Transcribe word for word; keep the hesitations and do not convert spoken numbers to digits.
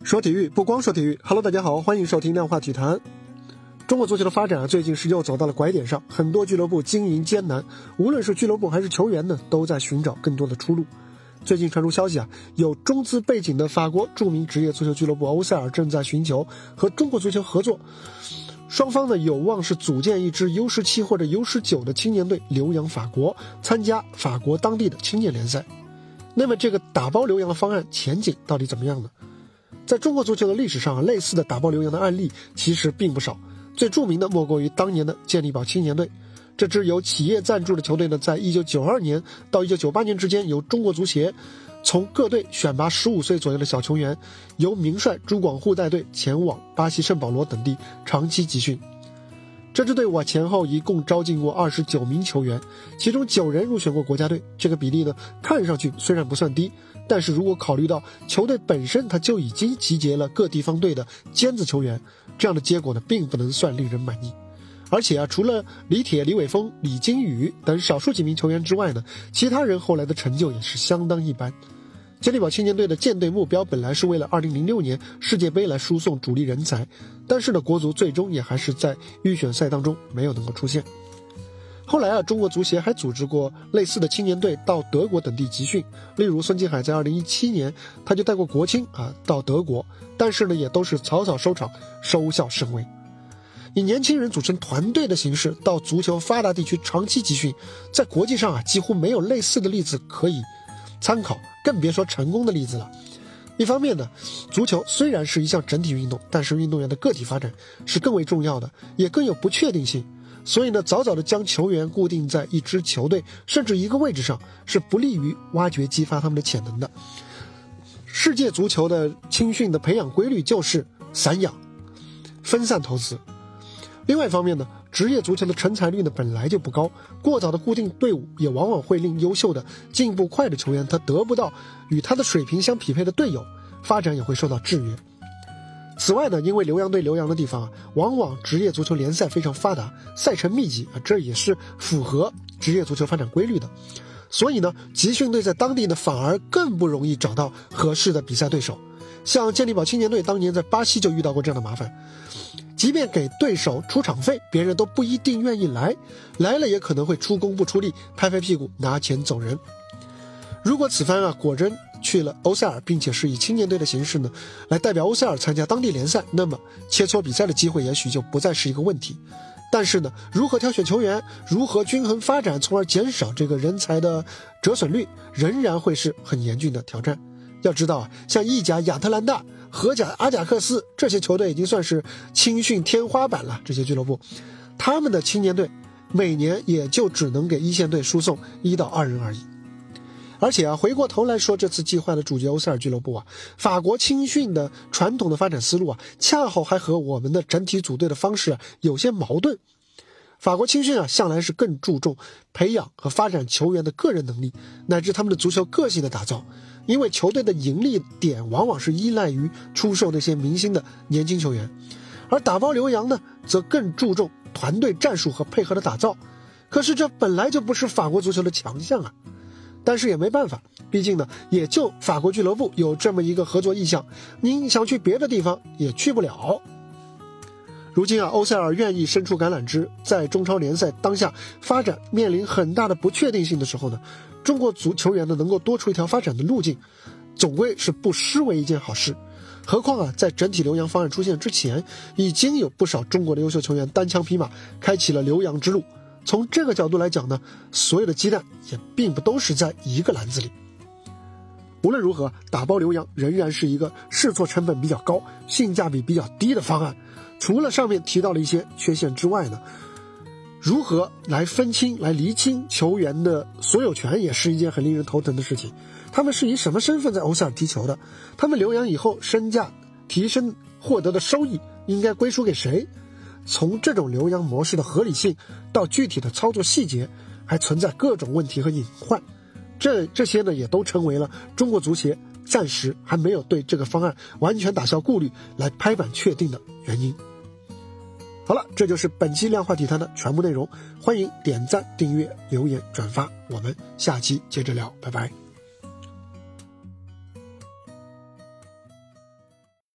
说体育不光说体育 ，Hello， 大家好，欢迎收听量化体坛。中国足球的发展啊，最近是又走到了拐点上，很多俱乐部经营艰难，无论是俱乐部还是球员呢，都在寻找更多的出路。最近传出消息啊，有中资背景的法国著名职业足球俱乐部欧塞尔正在寻求和中国足球合作，双方呢有望是组建一支 U 十七 或者 U 十九 的青年队留洋法国，参加法国当地的青年联赛。那么这个打包留洋的方案前景到底怎么样呢？在中国足球的历史上啊，类似的打包留洋的案例其实并不少，最著名的莫过于当年的健力宝青年队。这支由企业赞助的球队呢，在一九九二年到一九九八年之间，由中国足协从各队选拔十五岁左右的小球员，由名帅朱广沪带队前往巴西圣保罗等地长期集训。这支队伍啊，前后一共招进过二十九名球员，其中九人入选过国家队。这个比例呢，看上去虽然不算低，但是如果考虑到球队本身它就已经集结了各地方队的尖子球员，这样的结果呢，并不能算令人满意。而且啊，除了李铁、李玮峰、李金羽等少数几名球员之外呢，其他人后来的成就也是相当一般。健力宝青年队的建队目标本来是为了二零零六年世界杯来输送主力人才，但是呢，国足最终也还是在预选赛当中没有能够出现。后来啊，中国足协还组织过类似的青年队到德国等地集训，例如孙继海在二零一七年他就带过国青啊到德国，但是呢，也都是草草收场，收效甚微。以年轻人组成团队的形式到足球发达地区长期集训，在国际上啊几乎没有类似的例子可以参考，更别说成功的例子了。一方面呢，足球虽然是一项整体运动，但是运动员的个体发展是更为重要的，也更有不确定性。所以呢，早早的将球员固定在一支球队甚至一个位置上，是不利于挖掘激发他们的潜能的。世界足球的青训的培养规律就是散养、分散投资。另外一方面呢，职业足球的成才率呢本来就不高，过早的固定队伍也往往会令优秀的进步快的球员他得不到与他的水平相匹配的队友，发展也会受到制约。此外呢，因为留洋队留洋的地方啊，往往职业足球联赛非常发达，赛程密集啊，这也是符合职业足球发展规律的。所以呢，集训队在当地呢反而更不容易找到合适的比赛对手。像健力宝青年队当年在巴西就遇到过这样的麻烦，即便给对手出场费，别人都不一定愿意来，来了也可能会出工不出力，拍拍屁股拿钱走人。如果此番啊果真去了欧塞尔，并且是以青年队的形式呢来代表欧塞尔参加当地联赛，那么切磋比赛的机会也许就不再是一个问题。但是呢，如何挑选球员，如何均衡发展，从而减少这个人才的折损率，仍然会是很严峻的挑战。要知道啊，像意甲亚特兰大、荷甲阿贾克斯这些球队已经算是青训天花板了，这些俱乐部他们的青年队每年也就只能给一线队输送一到二人而已。而且啊，回过头来说，这次计划的主角欧塞尔俱乐部啊，法国青训的传统的发展思路啊，恰好还和我们的整体组队的方式啊有些矛盾。法国青训啊，向来是更注重培养和发展球员的个人能力，乃至他们的足球个性的打造。因为球队的盈利点往往是依赖于出售那些明星的年轻球员，而打包留洋呢，则更注重团队战术和配合的打造。可是这本来就不是法国足球的强项啊。但是也没办法，毕竟呢，也就法国俱乐部有这么一个合作意向，您想去别的地方也去不了。如今啊，欧塞尔愿意伸出橄榄枝，在中超联赛当下发展面临很大的不确定性的时候呢，中国足球员呢能够多出一条发展的路径，总归是不失为一件好事。何况啊，在整体留洋方案出现之前，已经有不少中国的优秀球员单枪匹马开启了留洋之路。从这个角度来讲呢，所有的鸡蛋也并不都是在一个篮子里。无论如何，打包留洋仍然是一个试错成本比较高、性价比比较低的方案。除了上面提到的一些缺陷之外呢，如何来分清、来厘清球员的所有权，也是一件很令人头疼的事情。他们是以什么身份在欧塞尔踢球的？他们留洋以后身价提升获得的收益应该归属给谁？从这种留洋模式的合理性到具体的操作细节，还存在各种问题和隐患。这这些呢，也都成为了中国足协暂时还没有对这个方案完全打消顾虑来拍板确定的原因。好了，这就是本期量化体坛的全部内容，欢迎点赞、订阅、留言、转发，我们下期接着聊，拜拜。